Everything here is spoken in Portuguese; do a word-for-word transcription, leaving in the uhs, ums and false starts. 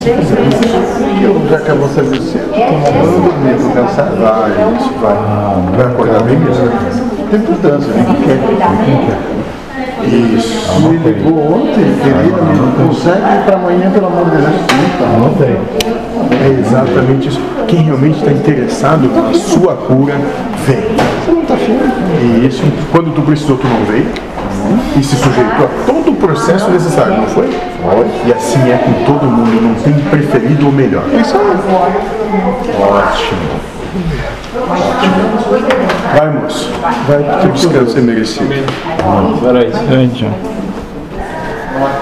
Eu já acabou de fazer cedo, eu não dormi, tô cansado. Vai, isso vai. Vai acordar bem mesmo. Tem importância, né? Quem quer? Isso. Me ligou ontem, queria, não consegue ir para amanhã, pelo amor de Deus. Não tem. É exatamente isso. Quem realmente está interessado na sua cura, vem. Você não está afim? E isso, quando tu precisou, tu não veio. E se sujeitou a todo o processo necessário, não foi? Foi. E assim é com todo mundo, não tem preferido ou melhor. Isso aí. Ótimo. Ótimo. Vai, moço. Vai, Que descanso é merecido. Peraí,